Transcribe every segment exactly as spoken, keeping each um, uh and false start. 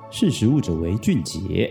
识时务者为俊杰。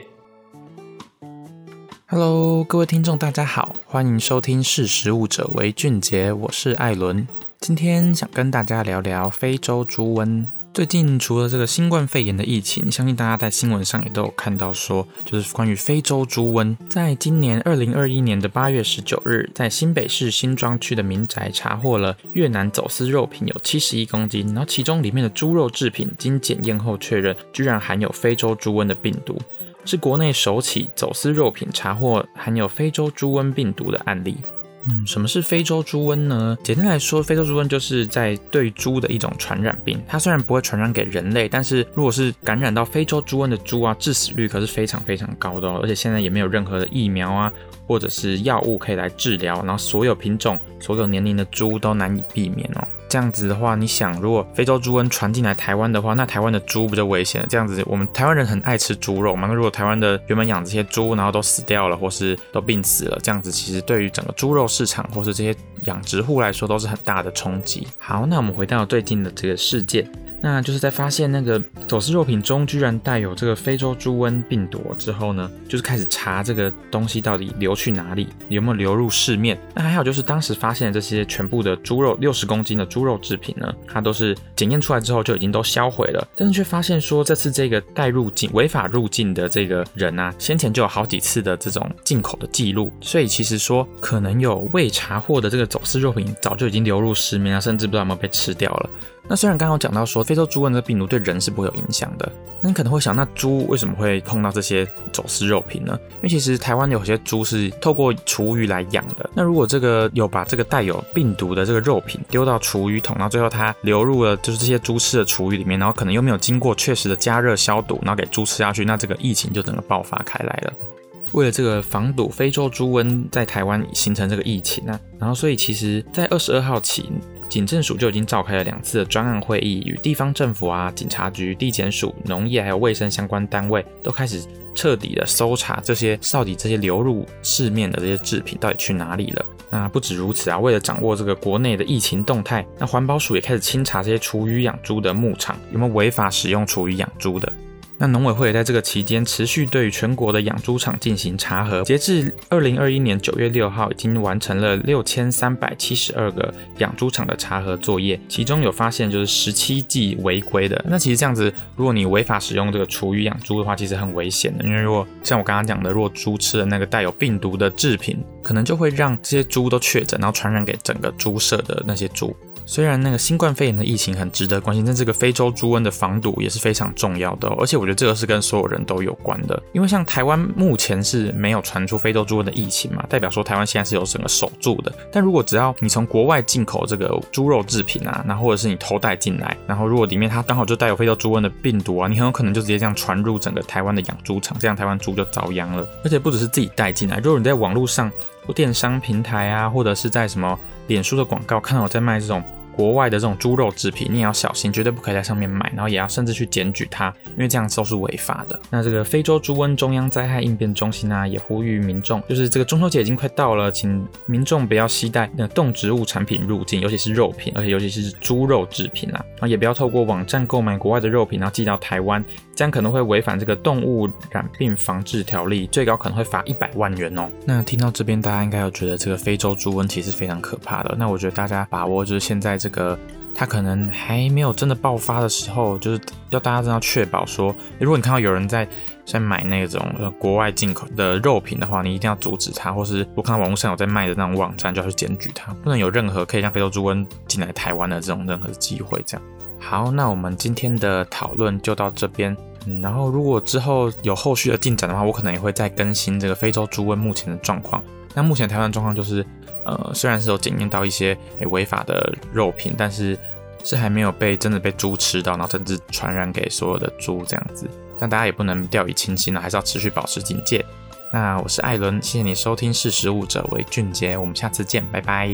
Hello， 各位听众大家好，欢迎收听识时务者为俊杰，我是艾伦。今天想跟大家聊聊非洲猪瘟。最近除了这个新冠肺炎的疫情，相信大家在新闻上也都有看到说，就是关于非洲猪瘟。在今年二零二一年的八月十九日，在新北市新庄区的民宅查获了越南走私肉品有七十一公斤，然后其中里面的猪肉制品经检验后确认，居然含有非洲猪瘟的病毒，是国内首起走私肉品查获含有非洲猪瘟病毒的案例。嗯，什么是非洲猪瘟呢？简单来说，非洲猪瘟就是在对猪的一种传染病。它虽然不会传染给人类，但是如果是感染到非洲猪瘟的猪啊，致死率可是非常非常高的哦。而且现在也没有任何的疫苗啊，或者是药物可以来治疗，然后所有品种、所有年龄的猪都难以避免哦。这样子的话，你想，如果非洲猪瘟传进来台湾的话，那台湾的猪不就危险了？这样子，我们台湾人很爱吃猪肉嘛。那如果台湾的原本养这些猪，然后都死掉了，或是都病死了，这样子其实对于整个猪肉市场或是这些养殖户来说都是很大的冲击。好，那我们回到最近的这个事件。那就是在发现那个走私肉品中居然带有这个非洲猪瘟病毒之后呢，就是开始查这个东西到底流去哪里，有没有流入市面。那还好就是当时发现的这些全部的猪肉六十公斤的猪肉制品呢，它都是检验出来之后就已经都销毁了，但是却发现说这次这个带入境违法入境的这个人啊，先前就有好几次的这种进口的记录，所以其实说可能有未查获的这个走私肉品早就已经流入市面了，甚至不知道有没有被吃掉了。那虽然刚刚有讲到说非洲猪瘟的病毒对人是不会有影响的，那你可能会想，那猪为什么会碰到这些走私肉品呢？因为其实台湾有些猪是透过厨余来养的，那如果这个有把这个带有病毒的这个肉品丢到厨余桶，然后最后它流入了就是这些猪吃的厨余里面，然后可能又没有经过确实的加热消毒，然后给猪吃下去，那这个疫情就整个爆发开来了。为了这个防堵非洲猪瘟在台湾形成这个疫情啊，然后所以其实在二十二号起，警政署就已经召开了两次的专案会议，与地方政府啊、警察局、地检署、农业还有卫生相关单位都开始彻底的搜查这些到底这些流入市面的这些制品到底去哪里了。那不止如此啊，为了掌握这个国内的疫情动态，那环保署也开始清查这些厨余养猪的牧场有没有违法使用厨余养猪的。那农委会也在这个期间持续对于全国的养猪场进行查核，截至二零二一年九月六号，已经完成了六千三百七十二个养猪场的查核作业，其中有发现就是十七例违规的。那其实这样子，如果你违法使用这个厨余养猪的话，其实很危险的，因为如果像我刚刚讲的，如果猪吃了那个带有病毒的制品，可能就会让这些猪都确诊，然后传染给整个猪舍的那些猪。虽然那个新冠肺炎的疫情很值得关心，但这个非洲猪瘟的防堵也是非常重要的哦，而且我觉得这个是跟所有人都有关的，因为像台湾目前是没有传出非洲猪瘟的疫情嘛，代表说台湾现在是有整个守住的。但如果只要你从国外进口这个猪肉制品啊，然后或者是你偷带进来，然后如果里面它刚好就带有非洲猪瘟的病毒啊，你很有可能就直接这样传入整个台湾的养猪场，这样台湾猪就遭殃了。而且不只是自己带进来，如果你在网络上或电商平台啊，或者是在什么脸书的广告看到我在卖这种国外的这种猪肉制品，你也要小心，绝对不可以在上面买，然后也要甚至去检举它，因为这样都是违法的。那这个非洲猪瘟中央灾害应变中心啊，也呼吁民众，就是这个中秋节已经快到了，请民众不要携带那动植物产品入境，尤其是肉品，而且尤其是猪肉制品啊，然后也不要透过网站购买国外的肉品，然后寄到台湾，这样可能会违反这个动物染病防治条例，最高可能会罚一百万元哦。那听到这边，大家应该有觉得这个非洲猪瘟其实非常可怕的。那我觉得大家把握就是现在这个它可能还没有真的爆发的时候，就是要大家真的要确保说，如果你看到有人在在买那种国外进口的肉品的话，你一定要阻止他，或是如果看到网络上有在卖的那种网站，就要去检举他，不能有任何可以让非洲猪瘟进来台湾的这种任何机会。这样好，那我们今天的讨论就到这边。嗯，然后如果之后有后续的进展的话，我可能也会再更新这个非洲猪瘟目前的状况。那目前台湾的状况就是，呃，虽然是有检验到一些违法的肉品，但是是还没有被真的被猪吃到，然后甚至传染给所有的猪这样子。但大家也不能掉以轻心了，还是要持续保持警戒。那我是艾伦，谢谢你收听识时务者为俊杰，我们下次见，拜拜。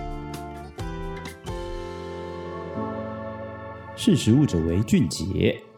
识时务者为俊杰。